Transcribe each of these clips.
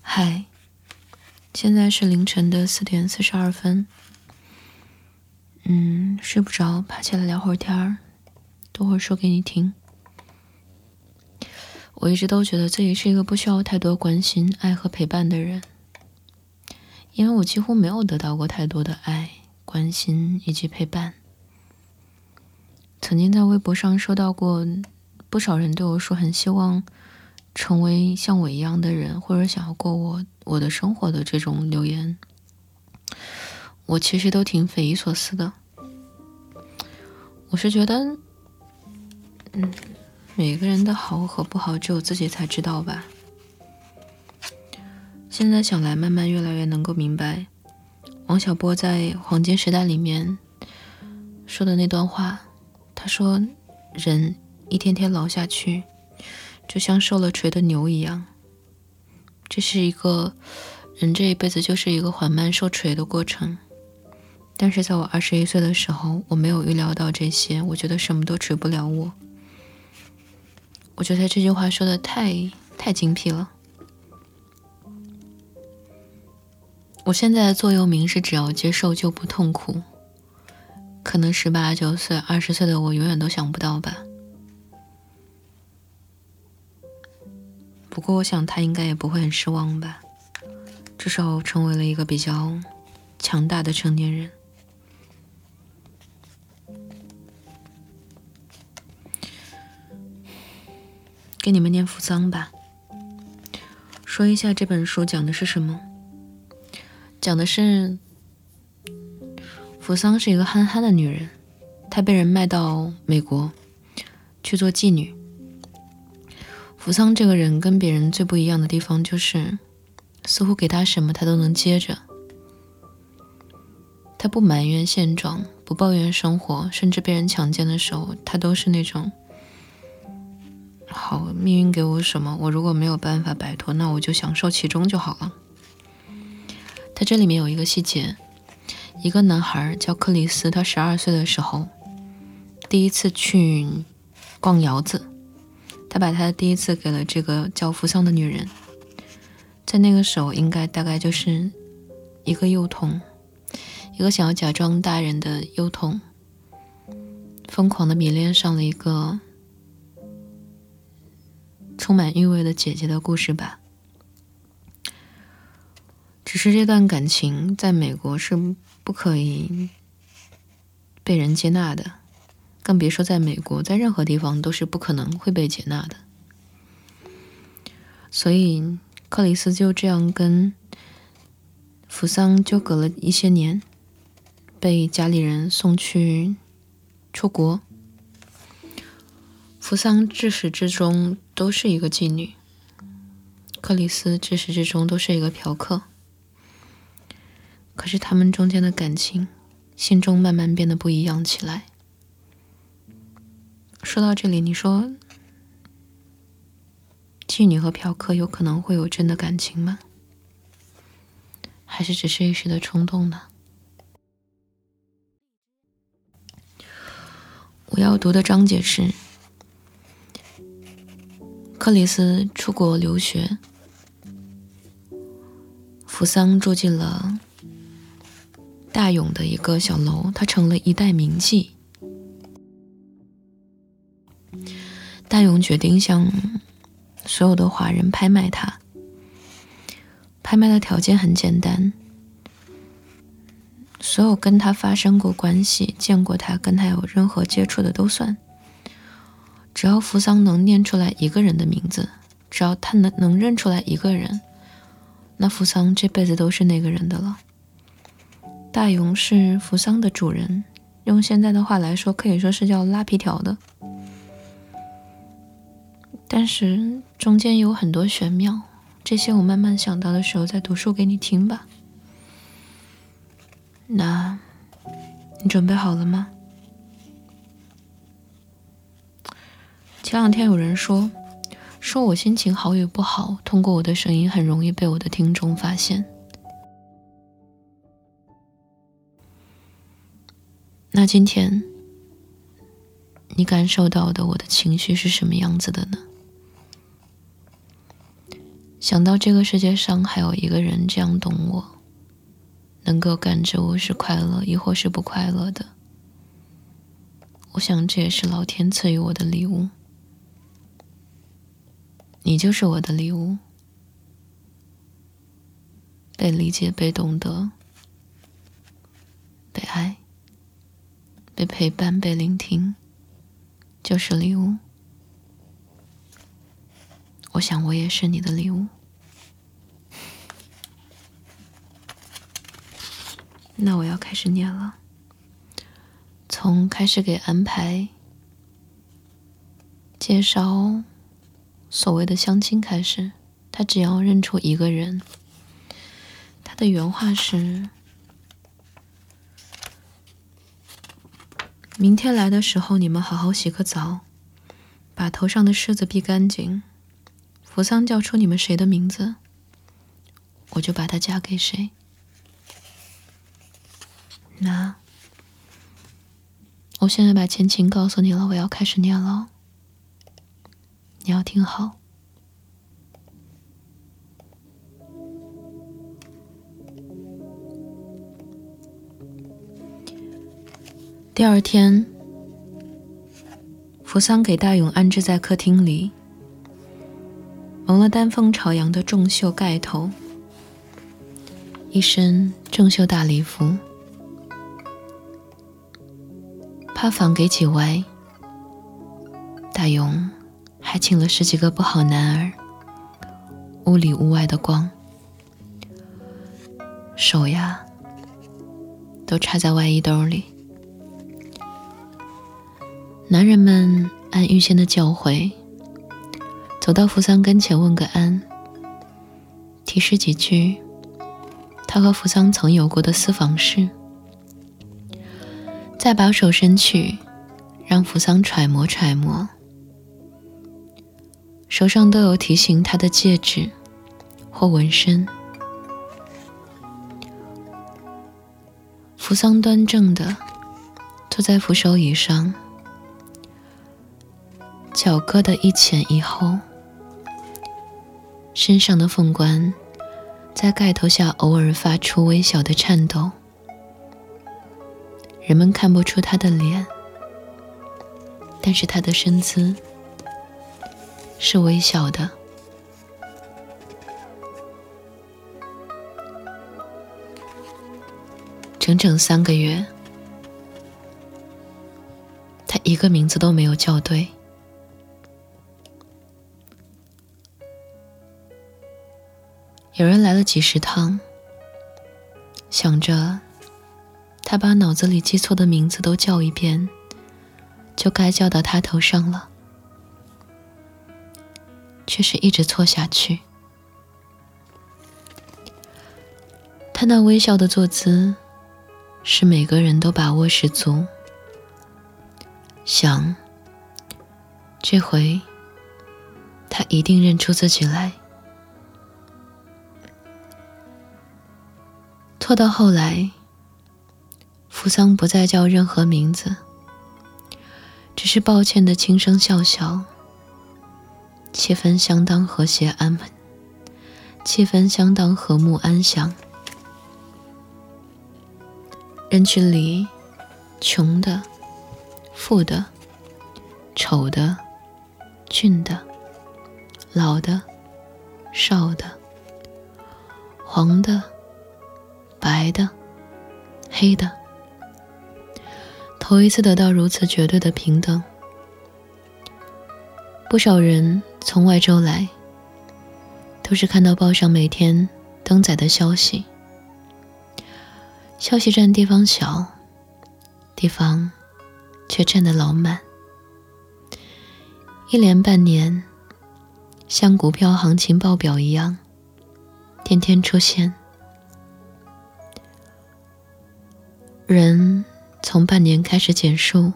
嗨，现在是凌晨的4点42分。睡不着，爬起来聊会儿天儿，多会儿说给你听。我一直都觉得自己是一个不需要太多关心、爱和陪伴的人，因为我几乎没有得到过太多的爱、关心以及陪伴。曾经在微博上收到过不少人对我说很希望成为像我一样的人，或者想要过我的生活的这种留言，我其实都挺匪夷所思的。我是觉得每个人的好和不好只有自己才知道吧。现在想来，慢慢越来越能够明白王小波在《黄金时代》里面说的那段话。他说，人一天天老下去，就像受了锤的牛一样，这是一个人这一辈子就是一个缓慢受锤的过程。但是在我21岁的时候，我没有预料到这些，我觉得什么都锤不了我。我觉得这句话说的太精辟了。我现在的座右铭是只要接受就不痛苦，可能18、19岁、20岁的我永远都想不到吧。不过我想他应该也不会很失望吧，至少成为了一个比较强大的成年人。给你们念扶桑吧，说一下这本书讲的是什么。讲的是扶桑是一个憨憨的女人，她被人卖到美国去做妓女。扶桑这个人跟别人最不一样的地方就是似乎给她什么她都能接着。她不埋怨现状，不抱怨生活，甚至被人强奸的时候，她都是那种好，命运给我什么，我如果没有办法摆脱，那我就享受其中就好了。他这里面有一个细节，一个男孩叫克里斯，他12岁的时候第一次去逛窑子，他把他的第一次给了这个叫扶桑的女人。在那个时候应该大概就是一个幼童，一个想要假装大人的幼童，疯狂的迷恋上了一个充满韵味的姐姐的故事吧。只是这段感情在美国是不可以被人接纳的，更别说在美国，在任何地方都是不可能会被接纳的。所以克里斯就这样跟扶桑纠葛了一些年，被家里人送去出国。扶桑至始至终都是一个妓女，克里斯至始至终都是一个嫖客。可是他们中间的感情，心中慢慢变得不一样起来。说到这里，你说妓女和嫖客有可能会有真的感情吗？还是只是一时的冲动呢？我要读的章节是克里斯出国留学，扶桑住进了大勇的一个小楼，他成了一代名妓。大勇决定向所有的华人拍卖他，拍卖的条件很简单，所有跟他发生过关系、见过他、跟他有任何接触的都算。只要扶桑能念出来一个人的名字，只要他能认出来一个人，那扶桑这辈子都是那个人的了。大勇是扶桑的主人，用现在的话来说，可以说是叫拉皮条的。但是中间有很多玄妙，这些我慢慢想到的时候再读书给你听吧。那你准备好了吗？前两天有人说我心情好与不好，通过我的声音很容易被我的听众发现。那今天你感受到的我的情绪是什么样子的呢？ 想到这个世界上还有一个人这样懂我，能够感知我是快乐亦或是不快乐的，我想这也是老天赐予我的礼物。你就是我的礼物，被理解，被懂得，被爱，被陪伴，被聆听，就是礼物。我想我也是你的礼物。那我要开始念了，从开始给安排介绍所谓的相亲开始。他只要认出一个人，他的原话是：明天来的时候，你们好好洗个澡，把头上的虱子避干净。扶桑叫出你们谁的名字，我就把她嫁给谁。那我现在把前情告诉你了，我要开始念了，你要听好。第二天，扶桑给大勇安置在客厅里，蒙了丹凤朝阳的重袖盖头，一身正袖大礼服，怕坊给挤歪，大勇还请了10几个不好男儿，屋里屋外的光，手呀都插在外衣兜里。男人们按预先的教诲，走到扶桑跟前问个安，提示几句他和扶桑曾有过的私房事，再把手伸去让扶桑揣摩揣摩。手上都有提醒他的戒指或纹身。扶桑端正的坐在扶手椅上，脚搁得一前一后，身上的凤冠在盖头下偶尔发出微小的颤抖，人们看不出他的脸，但是他的身姿是微小的。整整3个月，他一个名字都没有叫对。有人来了几10趟，想着他把脑子里记错的名字都叫一遍，就该叫到他头上了，却是一直错下去。他那微笑的坐姿是每个人都把握十足，想这回他一定认出自己来。拖到后来，扶桑不再叫任何名字，只是抱歉的轻声笑笑，气氛相当和谐气氛相当和睦安详。人群里，穷的、富的、丑的、俊的、老的、少的、黄的、白的、黑的，头一次得到如此绝对的平等。不少人从外州来，都是看到报上每天登载的消息。消息站地方小，地方却站得老满，一连半年，像股票行情报表一样，天天出现。人从半年开始减数，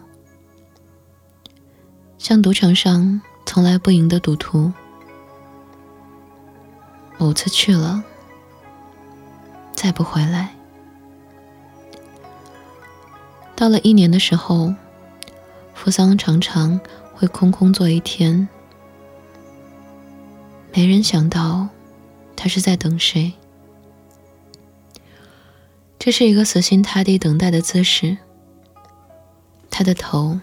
像赌场上从来不赢的赌徒，某次去了，再不回来。到了1年的时候，扶桑常常会空空坐一天，没人想到他是在等谁？这是一个死心塌地等待的姿势，他的头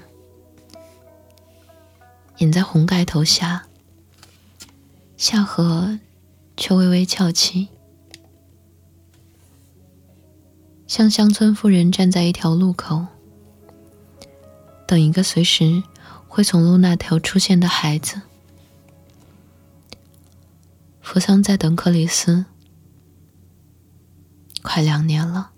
隐在红盖头下，下颌却微微翘起，像乡村妇人站在一条路口，等一个随时会从路那头出现的孩子。扶桑在等克里斯快2年了，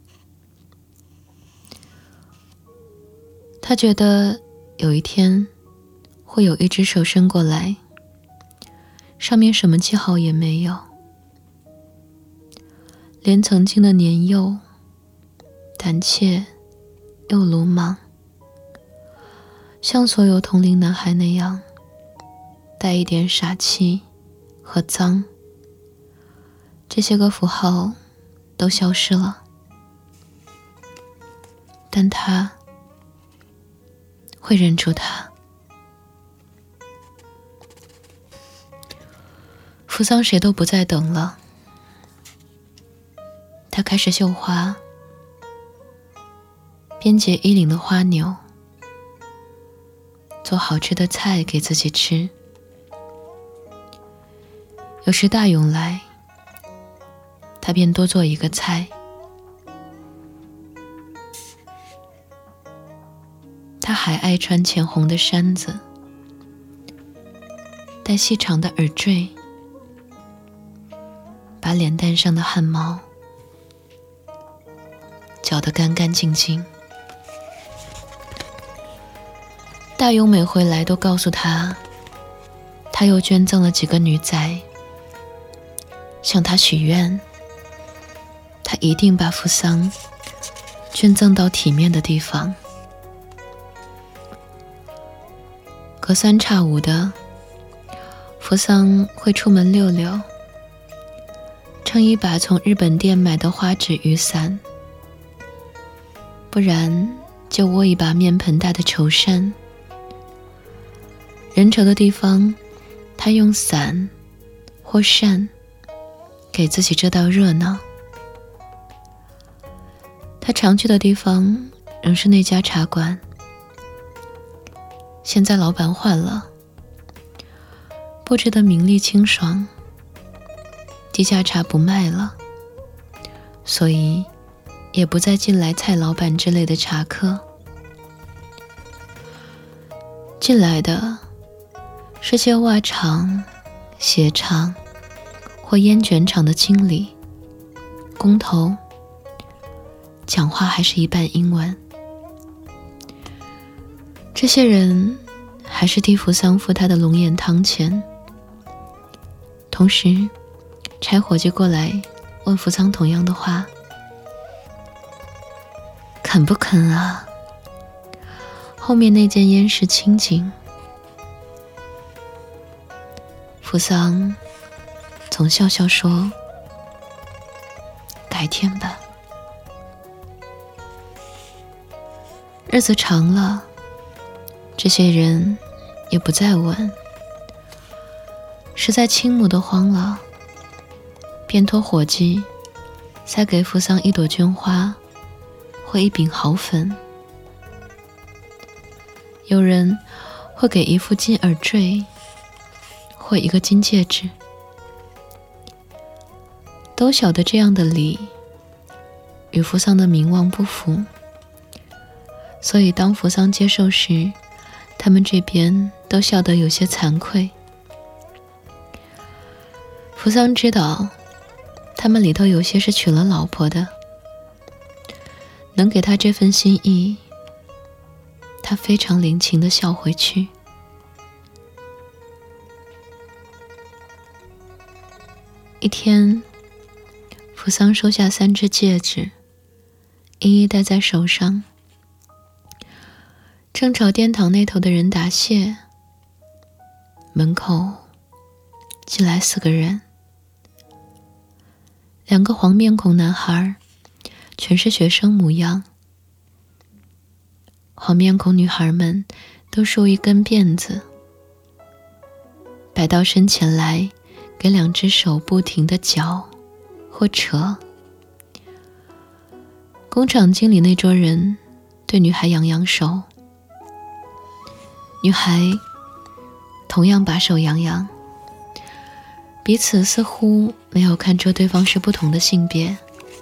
他觉得有一天会有一只手伸过来，上面什么记号也没有，连曾经的年幼、胆怯又鲁莽，像所有同龄男孩那样带一点傻气和脏，这些个符号都消失了，但他会认出他。扶桑谁都不再等了，他开始绣花，编结衣领的花纽，做好吃的菜给自己吃。有时大勇来，他便多做一个菜。他还爱穿浅红的衫子，戴细长的耳坠，把脸蛋上的汗毛搅得干干净净。大勇每回来都告诉他，他又捐赠了几个女仔，向他许愿，他一定把扶桑捐赠到体面的地方。隔三差五的，扶桑会出门溜溜，撑一把从日本店买的花纸雨伞，不然就握一把面盆大的绸扇。人稠的地方，他用伞或扇给自己遮到热闹。他常去的地方仍是那家茶馆，现在老板换了，布置得明丽清爽，低价茶不卖了，所以也不再进来蔡老板之类的茶客。进来的是些袜厂、鞋厂或烟卷厂的经理、工头，讲话还是一半英文。这些人还是替扶桑付他的龙眼汤钱，同时差伙计过来问扶桑同样的话：肯不肯啊？后面那件烟是清净。扶桑总笑笑说：改天吧。日子长了，这些人也不再问，实在倾慕的慌了，便托伙计塞给扶桑一朵绢花或一饼毫粉。有人会给一副金耳坠或一个金戒指，都晓得这样的礼与扶桑的名望不符，所以当扶桑接受时，他们这边都笑得有些惭愧。扶桑知道他们里头有些是娶了老婆的，能给他这份心意，他非常领情地笑回去。一天，扶桑收下3只戒指，一一戴在手上，正朝殿堂那头的人答谢，门口进来4个人，2个黄面孔男孩，全是学生模样。黄面孔女孩们都梳一根辫子，摆到身前来， 给2只手不停地搅或扯。工厂经理那桌人对女孩扬扬手，女孩同样把手扬扬，彼此似乎没有看出对方是不同的性别。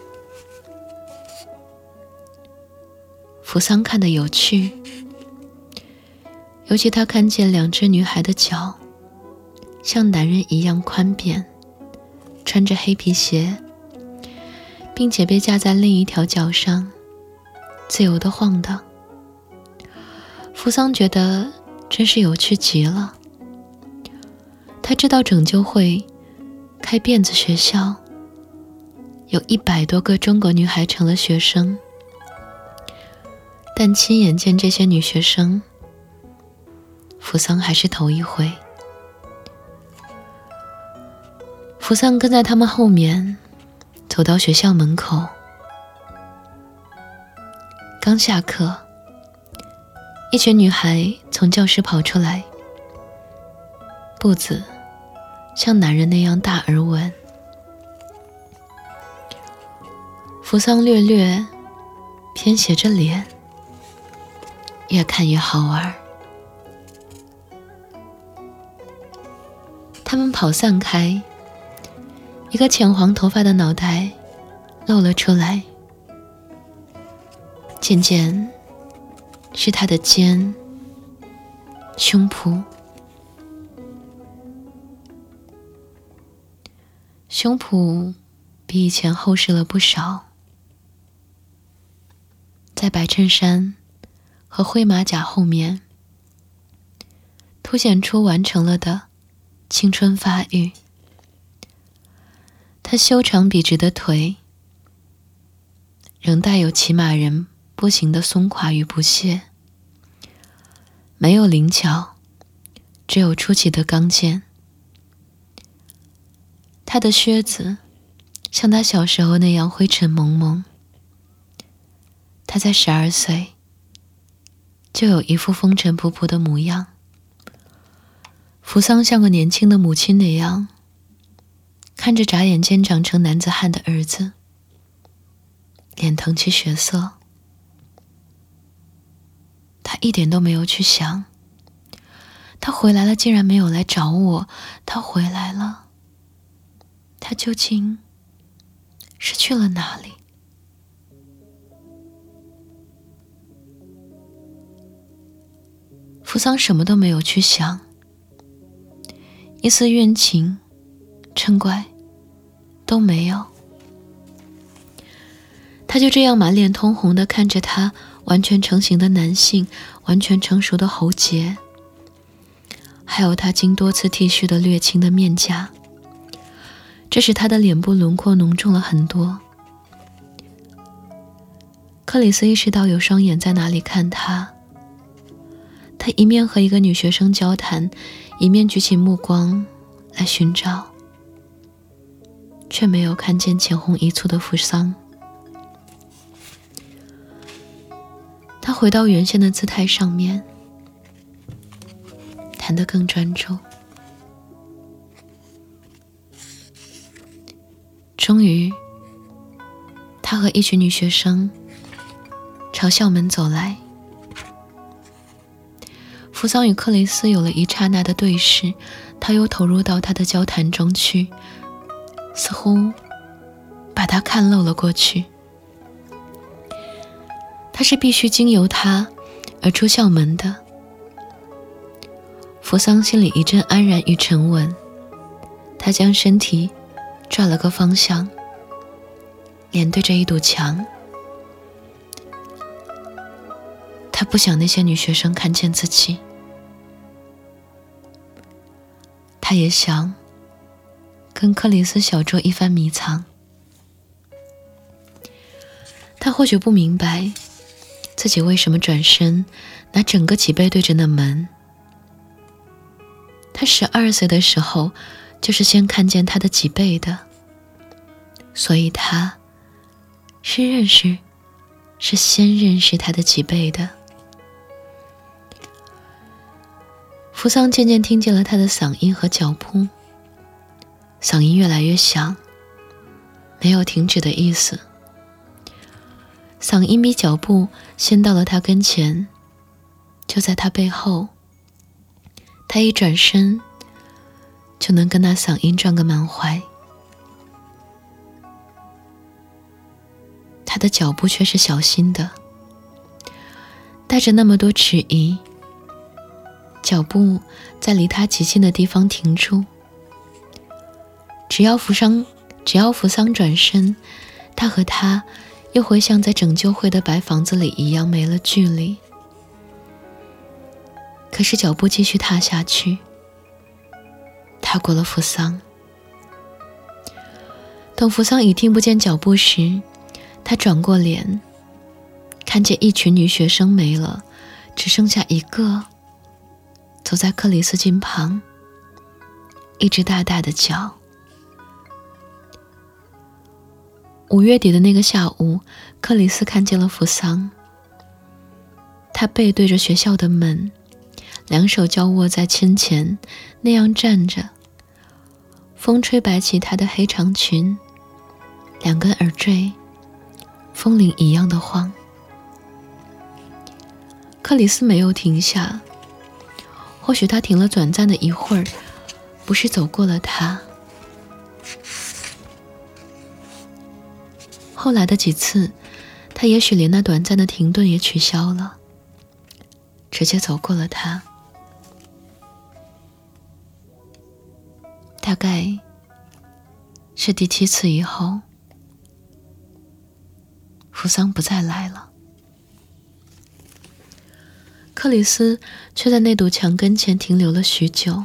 扶桑看得有趣，尤其他看见2只女孩的脚像男人一样宽扁，穿着黑皮鞋，并且被架在另一条脚上，自由地晃荡。扶桑觉得真是有趣极了。他知道拯救会开辫子学校，有100多个中国女孩成了学生，但亲眼见这些女学生，扶桑还是头一回。扶桑跟在他们后面走到学校门口，刚下课，一群女孩从教室跑出来，步子像男人那样大而稳。扶桑略略偏斜着脸，越看越好玩。他们跑散开，一个浅黄头发的脑袋露了出来，渐渐是他的肩、胸脯。胸脯比以前厚实了不少，在白衬衫和灰马甲后面凸显出完成了的青春发育。他修长笔直的腿仍带有骑马人步行的松垮与不屑，没有灵巧，只有出奇的刚健。他的靴子像他小时候那样灰尘蒙蒙。他在12岁就有一副风尘仆仆的模样。扶桑像个年轻的母亲那样看着眨眼间长成男子汉的儿子，脸腾起血色。他一点都没有去想，他回来了竟然没有来找我，他回来了，他究竟是去了哪里？扶桑什么都没有去想，一丝怨情、嗔怪都没有。他就这样满脸通红地看着他完全成型的男性，完全成熟的喉结，还有他经多次剃须的略青的面颊，这使他的脸部轮廓浓重了很多。克里斯意识到有双眼在哪里看他，他一面和一个女学生交谈，一面举起目光来寻找，却没有看见浅红一簇的扶桑。他回到原先的姿态上面，谈得更专注。终于，他和一群女学生朝校门走来。扶桑与克雷斯有了一刹那的对视，他又投入到他的交谈中去，似乎把他看漏了过去。他是必须经由他而出校门的。扶桑心里一阵安然与沉稳，他将身体转了个方向，脸对着一堵墙。他不想那些女学生看见自己，他也想跟克里斯小酌一番迷藏。他或许不明白自己为什么转身拿整个脊背对着那门。他12岁的时候就是先看见他的脊背的，所以他是先认识他的脊背的。扶桑渐渐听见了他的嗓音和脚步， 嗓音越来越响，没有停止的意思。嗓音比脚步先到了他跟前，就在他背后，他一转身就能跟那嗓音撞个满怀。他的脚步却是小心的，带着那么多迟疑，脚步在离他极近的地方停住。只要扶桑转身，他和他又会像在拯救会的白房子里一样没了距离。可是脚步继续踏下去，踏过了扶桑。等扶桑已听不见脚步时，他转过脸，看见一群女学生没了，只剩下一个走在克里斯近旁，一只大大的脚。5月底的那个下午，克里斯看见了扶桑。他背对着学校的门，两手交握在肩前，那样站着。风吹摆起她的黑长裙，2根耳坠风铃一样的晃。克里斯没有停下，或许他停了短暂的一会儿，不是走过了他。后来的几次，他也许连那短暂的停顿也取消了，直接走过了他。大概是第7次以后，扶桑不再来了。克里斯却在那堵墙跟前停留了许久。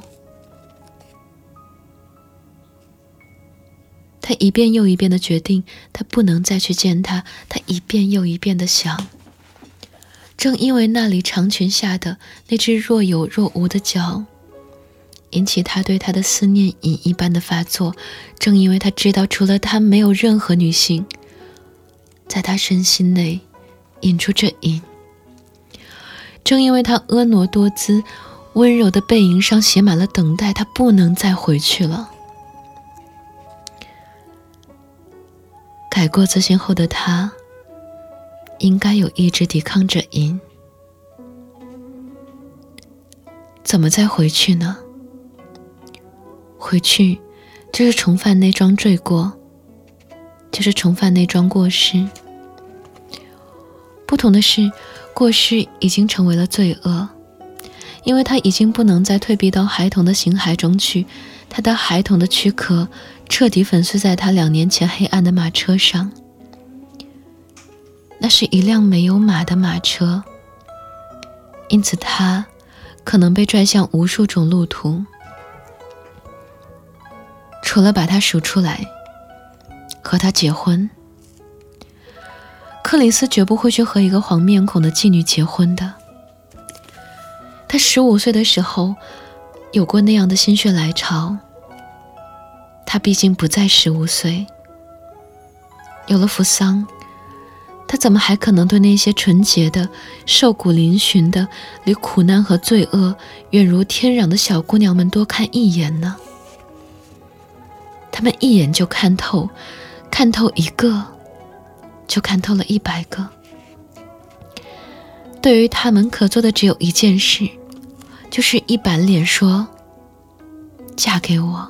他一遍又一遍地决定，他不能再去见他。他一遍又一遍地想，正因为那里长裙下的那只若有若无的脚，引起他对他的思念瘾一般的发作。正因为他知道，除了他，没有任何女性在他身心内引出这瘾。正因为他婀娜多姿、温柔的背影上写满了等待，他不能再回去了。改过自新后的他，应该有意志抵抗这瘾。怎么再回去呢？回去就是重犯那桩罪过，就是重犯那桩过失。不同的是，过失已经成为了罪恶，因为他已经不能再退避到孩童的形骸中去。他的孩童的躯壳彻底粉碎在他2年前黑暗的马车上。那是一辆没有马的马车，因此他可能被拽向无数种路途，除了把他赎出来，和他结婚。克里斯绝不会去和一个黄面孔的妓女结婚的。他15岁的时候有过那样的心血来潮，他毕竟不再15岁，有了扶桑，他怎么还可能对那些纯洁的、瘦骨嶙峋的、离苦难和罪恶远如天壤的小姑娘们多看一眼呢？他们一眼就看透，看透一个，就看透了100个。对于他们可做的只有一件事，就是一板脸说：“嫁给我。”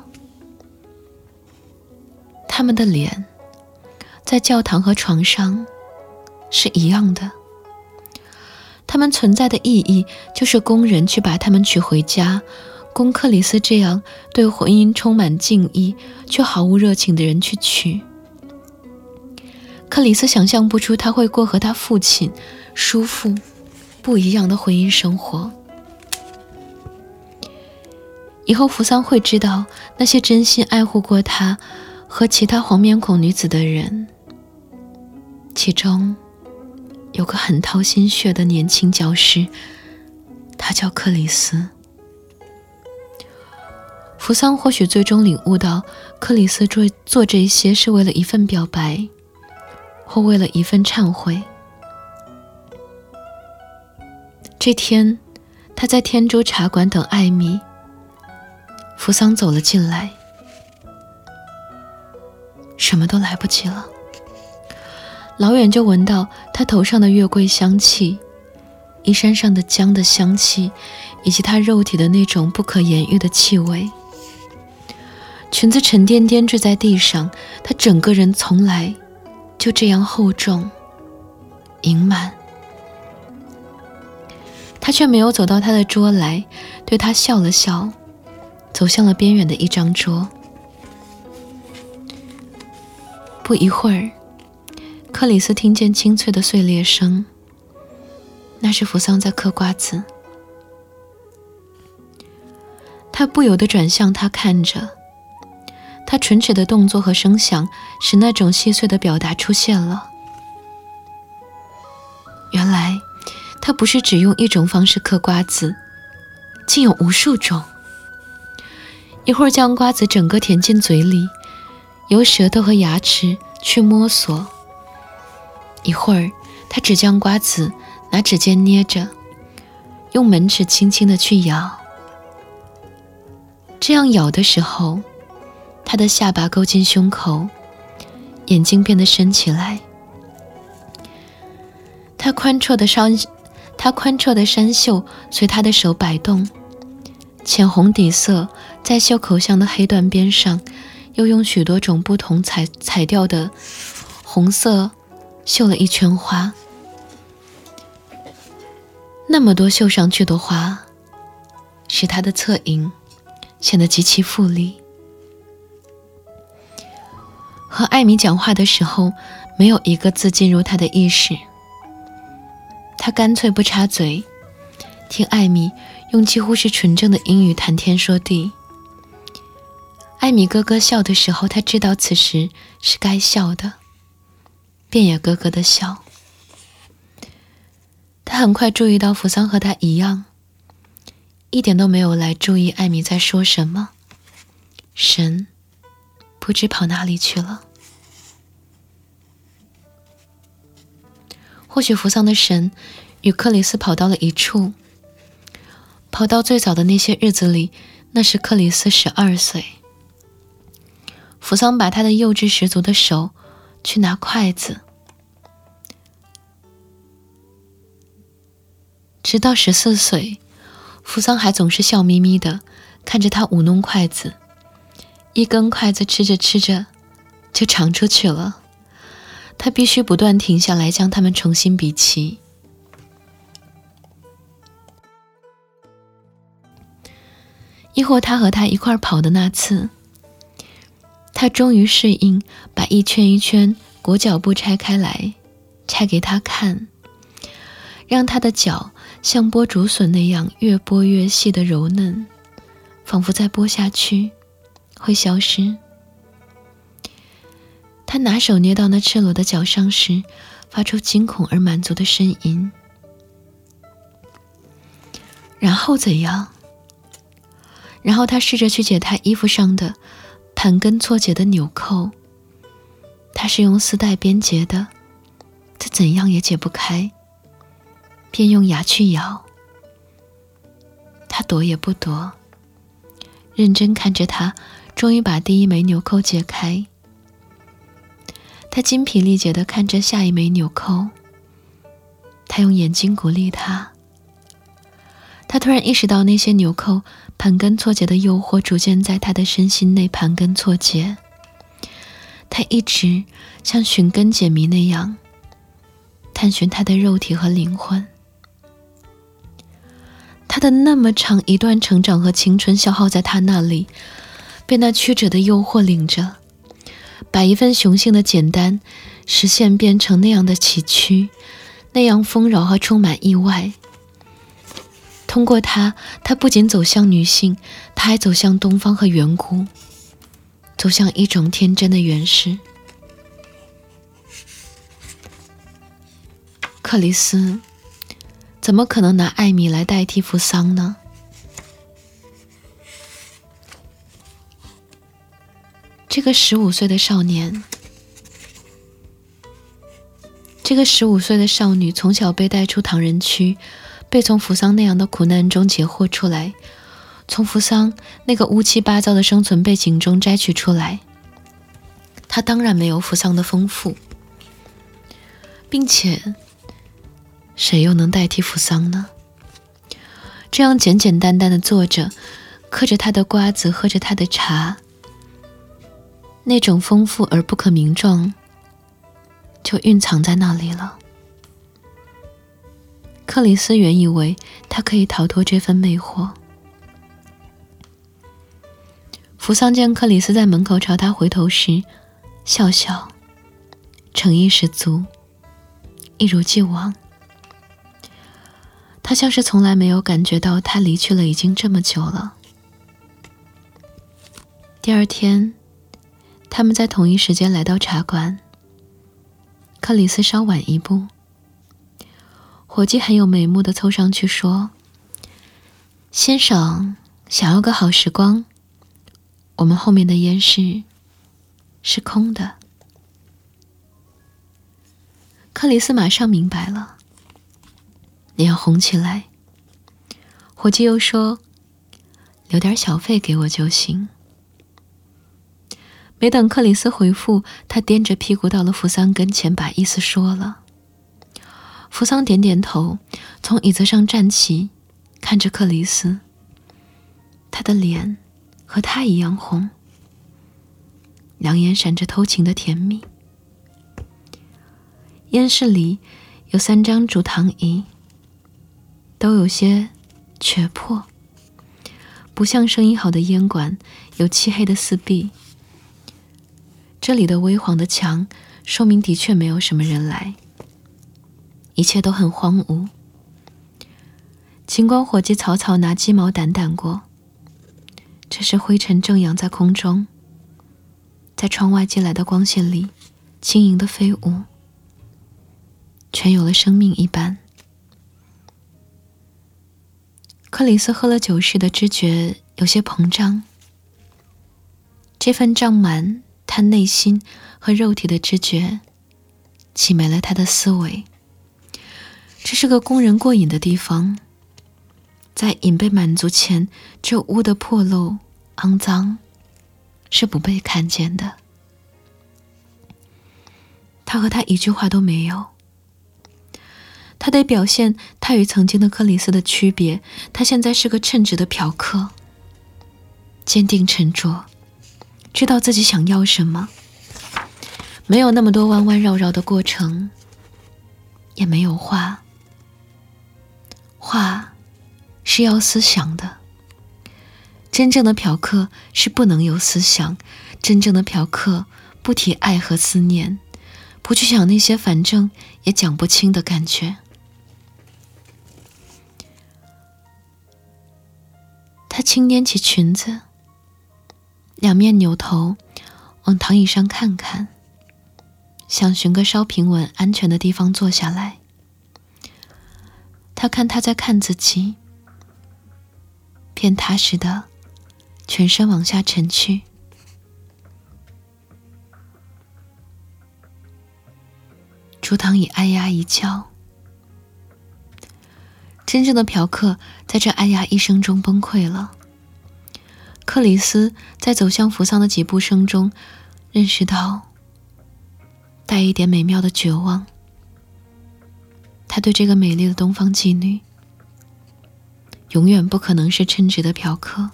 他们的脸在教堂和床上是一样的，他们存在的意义就是供人去把他们娶回家，供克里斯这样对婚姻充满敬意却毫无热情的人去娶。克里斯想象不出他会过和他父亲、叔父不一样的婚姻生活。以后扶桑会知道，那些真心爱护过他和其他黄面孔女子的人，其中有个很掏心血的年轻教师，他叫克里斯。扶桑或许最终领悟到，克里斯做这些是为了一份表白，或为了一份忏悔。这天，他在天珠茶馆等艾米，扶桑走了进来。 什么都来不及了。老远就闻到他头上的月桂香气，衣衫上的姜的香气，以及他肉体的那种不可言喻的气味。裙子沉甸甸坠在地上，他整个人从来就这样厚重盈满。他却没有走到他的桌来，对他笑了笑，走向了边缘的一张桌。不一会儿，克里斯听见清脆的碎裂声，那是扶桑在嗑瓜子。他不由得转向他看着，他唇齿的动作和声响使那种细碎的表达出现了。原来他不是只用一种方式嗑瓜子，竟有无数种。一会儿将瓜子整个填进嘴里，由舌头和牙齿去摸索；一会儿他只将瓜子拿指尖捏着，用门齿轻轻地去咬。这样咬的时候，他的下巴勾进胸口，眼睛变得深起来。他宽绰的衫袖随他的手摆动，浅红底色在袖口上的黑缎边上又用许多种不同彩调的红色绣了一圈花。那么多绣上去的花，使他的侧影显得极其富丽。和艾米讲话的时候，没有一个字进入他的意识。他干脆不插嘴，听艾米用几乎是纯正的英语谈天说地。艾米咯咯笑的时候，他知道此时是该笑的，便也咯咯地笑。他很快注意到扶桑和他一样，一点都没有来注意艾米在说什么，神不知跑哪里去了。或许扶桑的神与克里斯跑到了一处，跑到最早的那些日子里，那时克里斯12岁。扶桑把他的幼稚十足的手去拿筷子，直到14岁，扶桑还总是笑眯眯的看着他舞弄筷子，一根筷子吃着吃着就长出去了，他必须不断停下来将它们重新比齐。一会儿他和他一块跑的那次，他终于适应把一圈一圈裹脚布拆开来，拆给他看，让他的脚像剥竹笋那样越剥越细的柔嫩，仿佛再剥下去会消失。他拿手捏到那赤裸的脚上时，发出惊恐而满足的呻吟。然后怎样？然后他试着去解他衣服上的盘根错节的纽扣，他是用丝带编结的，他怎样也解不开，便用牙去咬。他躲也不躲，认真看着他终于把第一枚纽扣解开。他精疲力竭地看着下一枚纽扣，他用眼睛鼓励他。他突然意识到那些纽扣盘根错节的诱惑逐渐在他的身心内盘根错节，他一直像寻根解谜那样探寻他的肉体和灵魂。他的那么长一段成长和青春消耗在他那里，被那曲折的诱惑领着，把一份雄性的简单实现变成那样的崎岖，那样丰饶和充满意外。通过他不仅走向女性，他还走向东方和远古，走向一种天真的原始。克里斯怎么可能拿艾米来代替扶桑呢？这个15岁的少年，这个15岁的少女从小被带出唐人区，被从扶桑那样的苦难中解惑出来，从扶桑那个乌七八糟的生存背景中摘取出来。 他当然没有扶桑的丰富，并且谁又能代替扶桑呢？这样简简单单的坐着，嗑着他的瓜子，喝着他的茶，那种丰富而不可名状就蕴藏在那里了。克里斯原以为他可以逃脱这份魅惑。扶桑见克里斯在门口朝他回头时，笑笑，诚意十足，一如既往。他像是从来没有感觉到他离去了已经这么久了。第二天，他们在同一时间来到茶馆。克里斯稍晚一步，伙计很有眉目地凑上去说：“先生，想要个好时光，我们后面的烟室是空的。”克里斯马上明白了，脸红起来。伙计又说：“留点小费给我就行。”没等克里斯回复，他掂着屁股到了扶桑跟前，把意思说了。扶桑点点头，从椅子上站起，看着克里斯。他的脸和他一样红，两眼闪着偷情的甜蜜。烟室里有3张竹躺椅，都有些瘸破，不像生意好的烟馆有漆黑的四壁。这里的微黄的墙说明的确没有什么人来，一切都很荒芜。尽管伙计草草拿鸡毛掸掸过，这时灰尘正扬在空中，在窗外进来的光线里轻盈的飞舞，全有了生命一般。克里斯喝了酒时的知觉有些膨胀，这份胀满他内心和肉体的知觉挤没了他的思维。这是个供人过瘾的地方，在瘾被满足前，这屋的破漏肮脏是不被看见的。他和他一句话都没有，他得表现他与曾经的克里斯的区别。他现在是个称职的嫖客，坚定沉着，知道自己想要什么，没有那么多弯弯绕绕的过程，也没有话是要思想的。真正的嫖客是不能有思想，真正的嫖客不提爱和思念，不去想那些反正也讲不清的感觉。她轻捻起裙子，两面扭头往躺椅上看看，想寻个稍平稳安全的地方坐下来。他看他在看自己，便踏实的全身往下沉去。竹躺椅哎呀一叫，真正的嫖客在这哎呀一声中崩溃了。克里斯在走向扶桑的几步声中认识到带一点美妙的绝望。他对这个美丽的东方妓女永远不可能是称职的嫖客。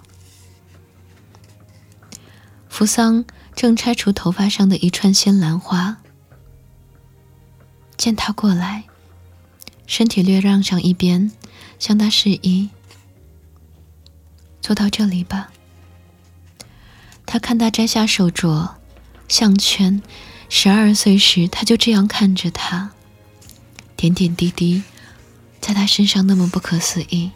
扶桑正拆除头发上的一串鲜兰花，见他过来，身体略让上一边，向他示意，坐到这里吧。他看他摘下手镯、项圈，12岁时他就这样看着他，点点滴滴在他身上那么不可思议。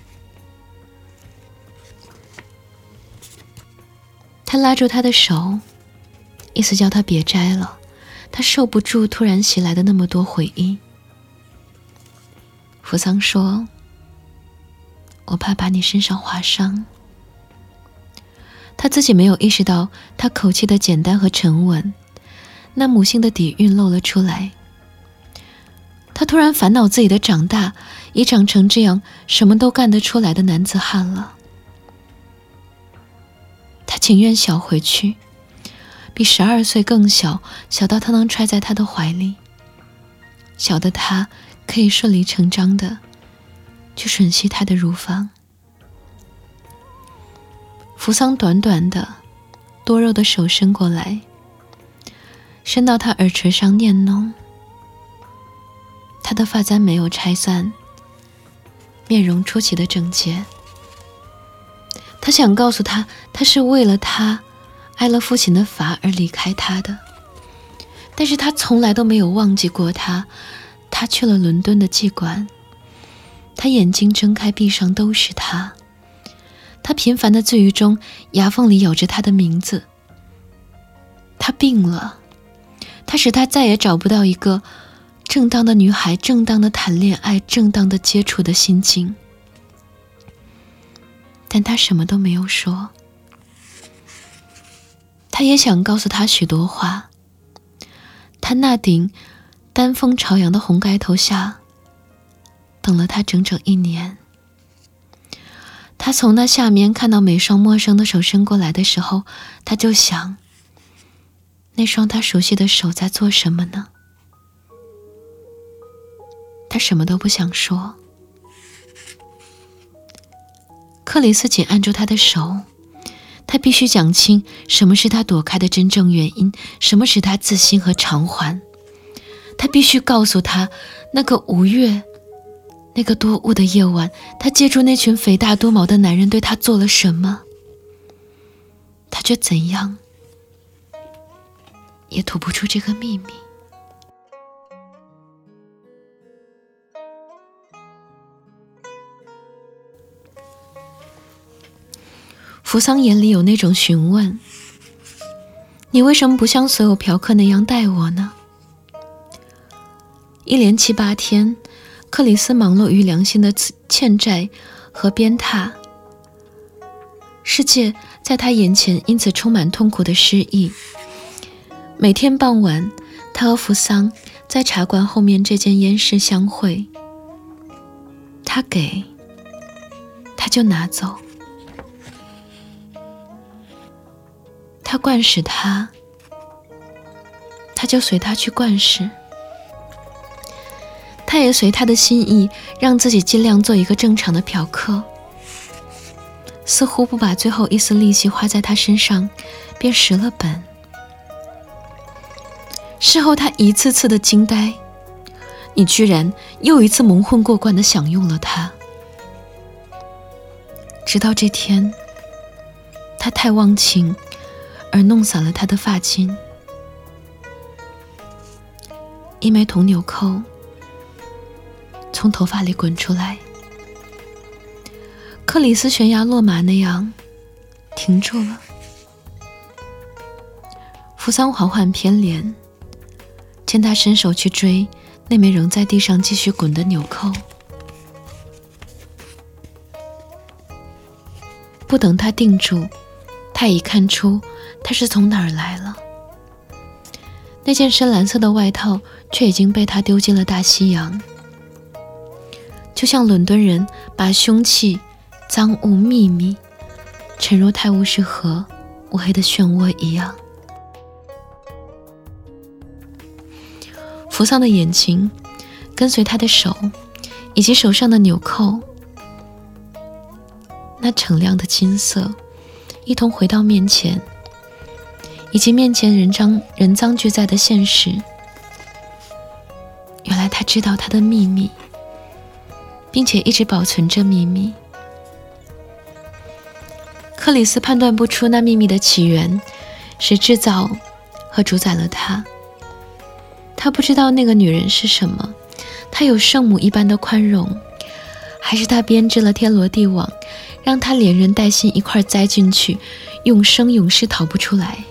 他拉住他的手，意思叫他别摘了，他受不住突然袭来的那么多回忆。扶桑说：“我怕把你身上划伤。”他自己没有意识到他口气的简单和沉稳，那母性的底蕴露了出来。他突然烦恼自己的长大，已长成这样什么都干得出来的男子汉了。他情愿小回去， 比12岁更小，小到他能揣在他的怀里，小的他可以顺理成章地去吮吸他的乳房。扶桑短短的多肉的手伸过来，伸到他耳垂上捻弄，他的发簪没有拆散，面容出奇的整洁。他想告诉他，他是为了他挨了父亲的罚而离开他的，但是他从来都没有忘记过他。他去了伦敦的妓馆，他眼睛睁开闭上都是他，他频繁的醉语中牙缝里咬着他的名字。他病了，他使他再也找不到一个正当的女孩正当的谈恋爱正当的接触的心境，但他什么都没有说。他也想告诉他许多话，他那顶丹峰朝阳的红盖头下等了他整整1年。他从那下面看到每双陌生的手伸过来的时候，他就想，那双他熟悉的手在做什么呢？他什么都不想说。克里斯紧按住他的手，他必须讲清什么是他躲开的真正原因，什么使他自新和偿还。他必须告诉他，那个5月，那个多雾的夜晚，他借助那群肥大多毛的男人对他做了什么，他却怎样也吐不出这个秘密。扶桑眼里有那种询问，你为什么不像所有嫖客那样待我呢？一连7、8天，克里斯忙碌于良心的欠债和鞭挞，世界在他眼前因此充满痛苦的失意。每天傍晚，他和扶桑在茶馆后面这间烟室相会，他给，他就拿走。他惯使他，他就随他去惯使。他也随他的心意，让自己尽量做一个正常的嫖客，似乎不把最后一丝利息花在他身上，便蚀了本。事后他一次次的惊呆，你居然又一次蒙混过关的享用了他。直到这天，他太忘情而弄散了他的发巾，一枚铜纽扣从头发里滚出来，克里斯悬崖落马那样停住了。扶桑缓缓偏脸，见他伸手去追那枚仍在地上继续滚的纽扣，不等他定住，他已看出他是从哪儿来了。那件深蓝色的外套却已经被他丢进了大西洋，就像伦敦人把凶器、赃物、秘密沉入泰晤士河乌黑的漩涡一样。扶桑的眼睛跟随他的手以及手上的纽扣，那锃亮的金色一同回到面前，以及面前人赃俱在的现实。原来他知道他的秘密，并且一直保存着秘密。克里斯判断不出那秘密的起源，是制造和主宰了他。他不知道那个女人是什么，他有圣母一般的宽容，还是他编织了天罗地网，让他连人带心一块栽进去，永生永世逃不出来。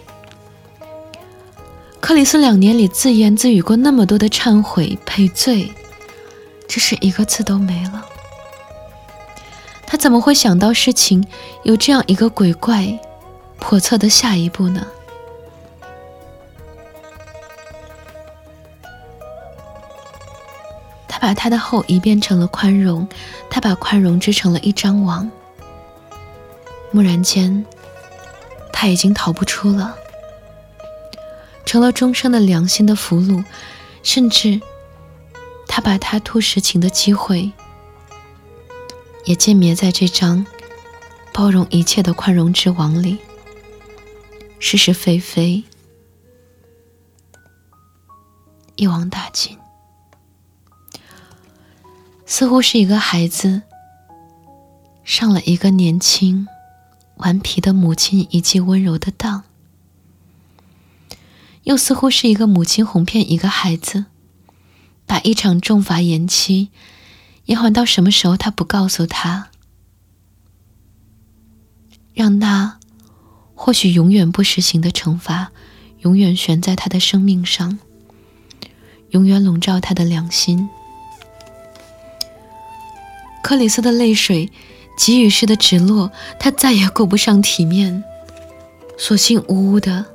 克里斯2年里自言自语过那么多的忏悔赔罪，只是一个字都没了。他怎么会想到事情有这样一个鬼怪叵测的下一步呢？他把他的后移变成了宽容，他把宽容织成了一张网。蓦然间，他已经逃不出了。 成了终生的良心的俘虏，甚至他把他吐实情的机会也歼灭在这张包容一切的宽容之网里，是是非非一网打尽。似乎是一个孩子上了一个年轻顽皮的母亲一记温柔的当，又似乎是一个母亲哄骗一个孩子，把一场重罚延期，延缓到什么时候他不告诉他，让那或许永远不实行的惩罚永远悬在他的生命上，永远笼罩他的良心。克里斯的泪水急雨似的直落，他再也顾不上体面，索性呜呜地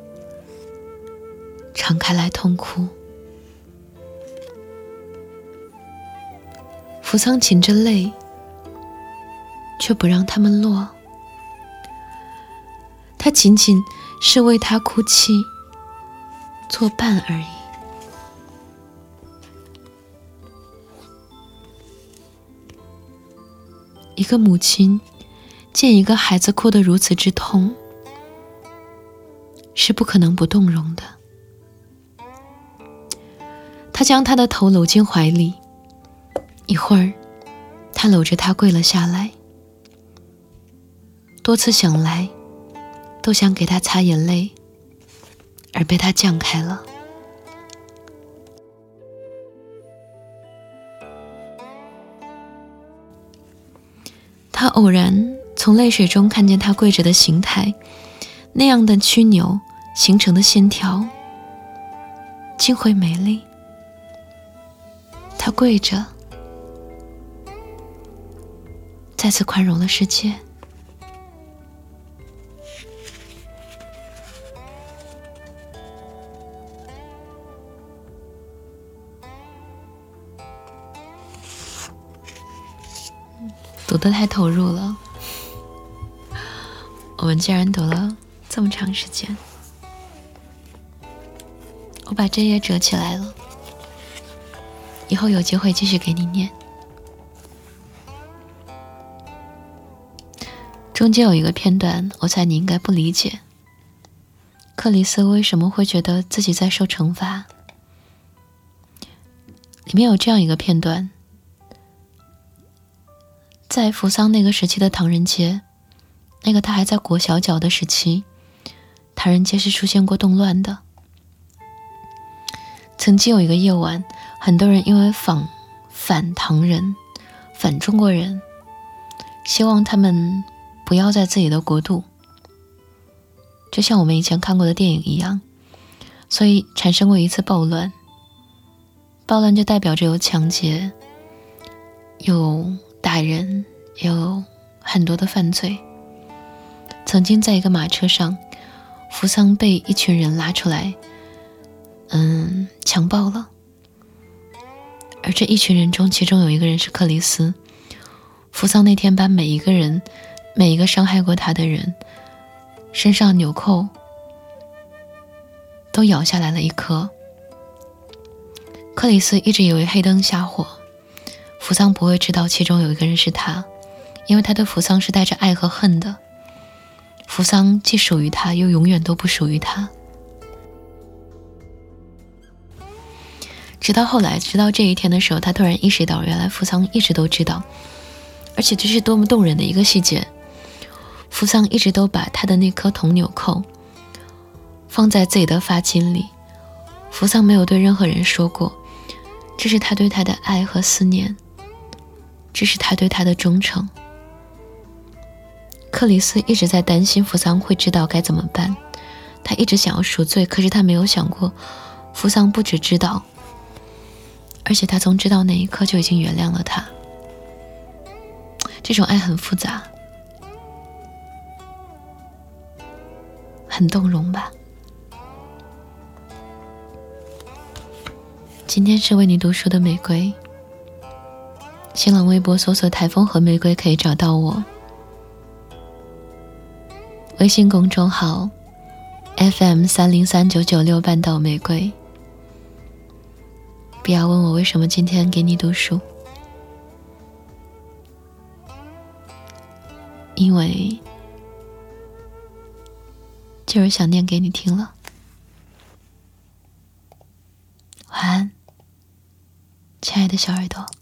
敞开来痛哭。扶桑噙着泪，却不让他们落，他仅仅是为他哭泣作伴而已。一个母亲见一个孩子哭得如此之痛，是不可能不动容的。他将他的头搂进怀里，一会儿他搂着他跪了下来，多次想来都想给他擦眼泪，而被他降开了。他偶然从泪水中看见他跪着的形态，那样的曲扭形成的线条竟会美丽。他跪着，再次宽容了世界。读得太投入了，我们竟然读了这么长时间。我把这页折起来了，以后有机会继续给你念。中间有一个片段，我猜你应该不理解，克里斯为什么会觉得自己在受惩罚。里面有这样一个片段，在扶桑那个时期的唐人街，那个他还在裹小脚的时期，唐人街是出现过动乱的。曾经有一个夜晚，很多人因为反唐人、反中国人，希望他们不要在自己的国度，就像我们以前看过的电影一样，所以产生过一次暴乱。暴乱就代表着有抢劫，有打人，有很多的犯罪。曾经在一个马车上，扶桑被一群人拉出来强暴了，而这一群人中，其中有一个人是克里斯。扶桑那天把每一个伤害过他的人身上纽扣都咬下来了一颗。克里斯一直以为黑灯瞎火，扶桑不会知道其中有一个人是他，因为他对扶桑是带着爱和恨的。扶桑既属于他，又永远都不属于他。直到后来，直到这一天的时候，他突然意识到，原来扶桑一直都知道，而且这是多么动人的一个细节。扶桑一直都把他的那颗铜纽扣放在自己的发巾里，扶桑没有对任何人说过，这是他对他的爱和思念，这是他对他的忠诚。克里斯一直在担心扶桑会知道该怎么办，他一直想要赎罪，可是他没有想过扶桑不只知道，而且他从知道那一刻就已经原谅了他。这种爱很复杂，很动容吧。今天是为你读书的玫瑰，新浪微博搜索台风和玫瑰可以找到我，微信公众号 FM303996半岛玫瑰。不要问我为什么今天给你读书，因为就是想念给你听了。晚安，亲爱的小耳朵。